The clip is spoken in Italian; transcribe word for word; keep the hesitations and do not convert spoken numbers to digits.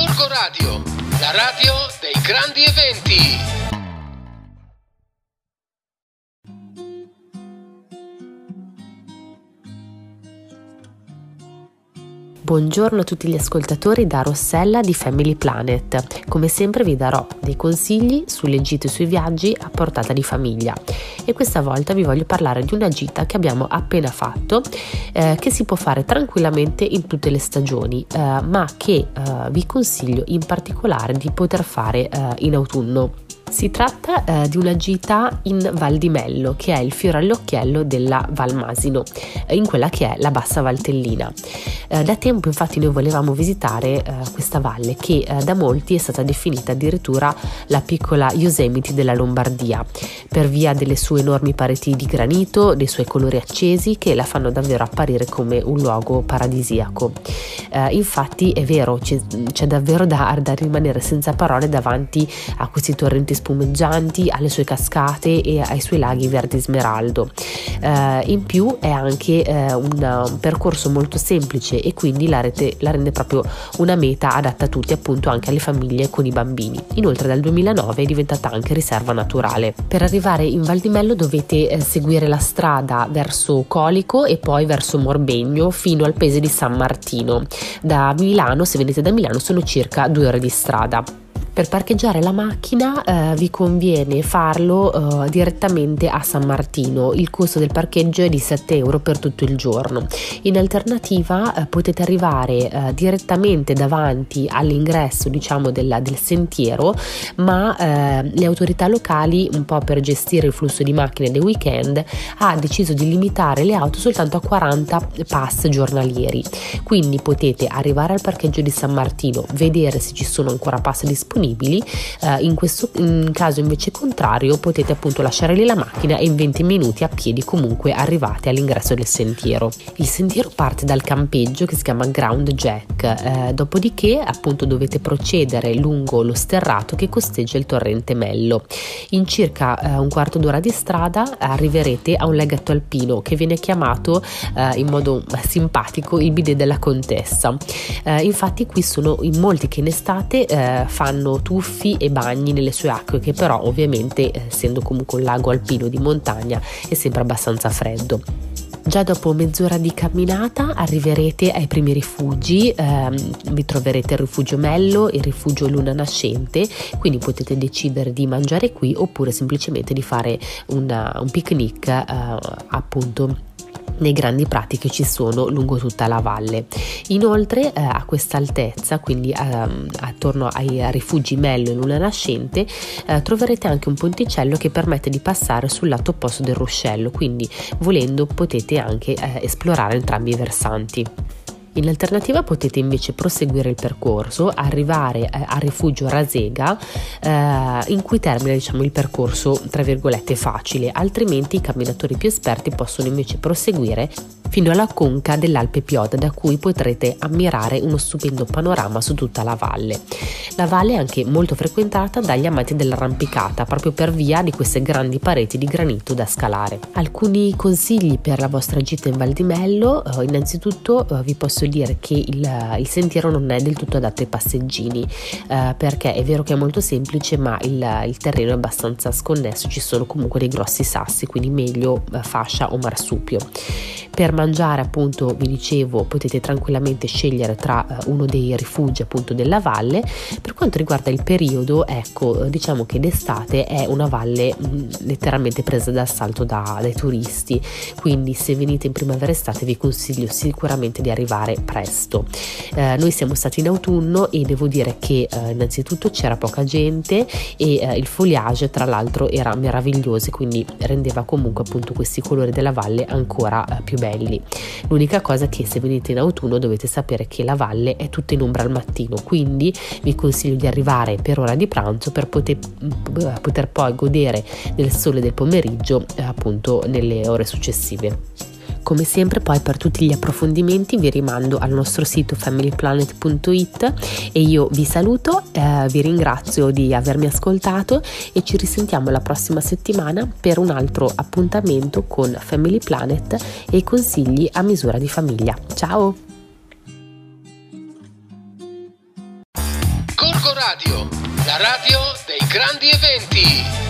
Gorgo Radio, la radio dei grandi eventi. Buongiorno a tutti gli ascoltatori da Rossella di Family Planet. Come sempre vi darò dei consigli sulle gite e sui viaggi a portata di famiglia, e questa volta vi voglio parlare di una gita che abbiamo appena fatto, eh, che si può fare tranquillamente in tutte le stagioni, eh, ma che eh, vi consiglio in particolare di poter fare eh, in autunno. Si tratta eh, di una gita in Val di Mello, che è il fiore all'occhiello della Val Masino, eh, in quella che è la Bassa Valtellina. Eh, da tempo infatti noi volevamo visitare eh, questa valle, che eh, da molti è stata definita addirittura la piccola Yosemite della Lombardia, per via delle sue enormi pareti di granito, dei suoi colori accesi che la fanno davvero apparire come un luogo paradisiaco. Eh, infatti è vero, c'è, c'è davvero da, da rimanere senza parole davanti a questi torrenti spumeggianti, alle sue cascate e ai suoi laghi verdi smeraldo. Eh, in più è anche eh, un, un percorso molto semplice, e quindi la, rete, la rende proprio una meta adatta a tutti, appunto anche alle famiglie con i bambini. Inoltre dal duemilanove è diventata anche riserva naturale. Per arrivare in Val di Mello dovete eh, seguire la strada verso Colico e poi verso Morbegno fino al paese di San Martino. Da Milano, se venite da Milano, sono circa due ore di strada. Per parcheggiare la macchina eh, vi conviene farlo eh, direttamente a San Martino. Il costo del parcheggio è di sette euro per tutto il giorno. In alternativa eh, potete arrivare eh, direttamente davanti all'ingresso, diciamo, della, del sentiero, ma eh, le autorità locali, un po' per gestire il flusso di macchine dei weekend, ha deciso di limitare le auto soltanto a quaranta pass giornalieri. Quindi potete arrivare al parcheggio di San Martino, vedere se ci sono ancora pass disponibili. Uh, in questo in caso invece contrario potete appunto lasciare lì la macchina e in venti minuti a piedi comunque arrivate all'ingresso del sentiero. Il sentiero parte dal campeggio che si chiama Ground Jack, uh, dopodiché appunto dovete procedere lungo lo sterrato che costeggia il torrente Mello. In circa uh, un quarto d'ora di strada arriverete a un laghetto alpino che viene chiamato uh, in modo simpatico il bidet della contessa. Uh, infatti qui sono in molti che in estate uh, fanno tuffi e bagni nelle sue acque, che però ovviamente, essendo comunque un lago alpino di montagna, è sempre abbastanza freddo. Già dopo mezz'ora di camminata arriverete ai primi rifugi, ehm, vi troverete il rifugio Mello, il rifugio Luna Nascente, quindi potete decidere di mangiare qui oppure semplicemente di fare una, un picnic eh, appunto nei grandi prati che ci sono lungo tutta la valle. Inoltre eh, a questa altezza, quindi ehm, attorno ai rifugi Mello e Luna Nascente, eh, troverete anche un ponticello che permette di passare sul lato opposto del ruscello, quindi volendo potete anche eh, esplorare entrambi i versanti. In alternativa potete invece proseguire il percorso, arrivare eh, al rifugio Rasega, eh, in cui termina, diciamo, il percorso tra virgolette facile, altrimenti i camminatori più esperti possono invece proseguire fino alla conca dell'Alpe Pioda, da cui potrete ammirare uno stupendo panorama su tutta la valle. La valle è anche molto frequentata dagli amanti dell'arrampicata, proprio per via di queste grandi pareti di granito da scalare. Alcuni consigli per la vostra gita in Val di Mello: eh, innanzitutto eh, vi posso dire che il, il sentiero non è del tutto adatto ai passeggini, eh, perché è vero che è molto semplice, ma il, il terreno è abbastanza sconnesso, ci sono comunque dei grossi sassi, quindi meglio eh, fascia o marsupio. Per mangiare, appunto, vi dicevo, potete tranquillamente scegliere tra eh, uno dei rifugi appunto della valle. Per quanto riguarda il periodo, ecco, diciamo che d'estate è una valle mh, letteralmente presa d'assalto da, dai turisti, quindi se venite in primavera estate vi consiglio sicuramente di arrivare presto. Eh, noi siamo stati in autunno e devo dire che eh, innanzitutto c'era poca gente e eh, il foliage tra l'altro era meraviglioso, quindi rendeva comunque appunto questi colori della valle ancora eh, più belli. L'unica cosa è che se venite in autunno dovete sapere che la valle è tutta in ombra al mattino, quindi vi consiglio di arrivare per ora di pranzo per poter, poter poi godere del sole del pomeriggio eh, appunto nelle ore successive. Come sempre poi per tutti gli approfondimenti vi rimando al nostro sito family planet punto it e io vi saluto, eh, vi ringrazio di avermi ascoltato e ci risentiamo la prossima settimana per un altro appuntamento con Family Planet e i consigli a misura di famiglia. Ciao! Gorgo Radio, la radio dei grandi eventi.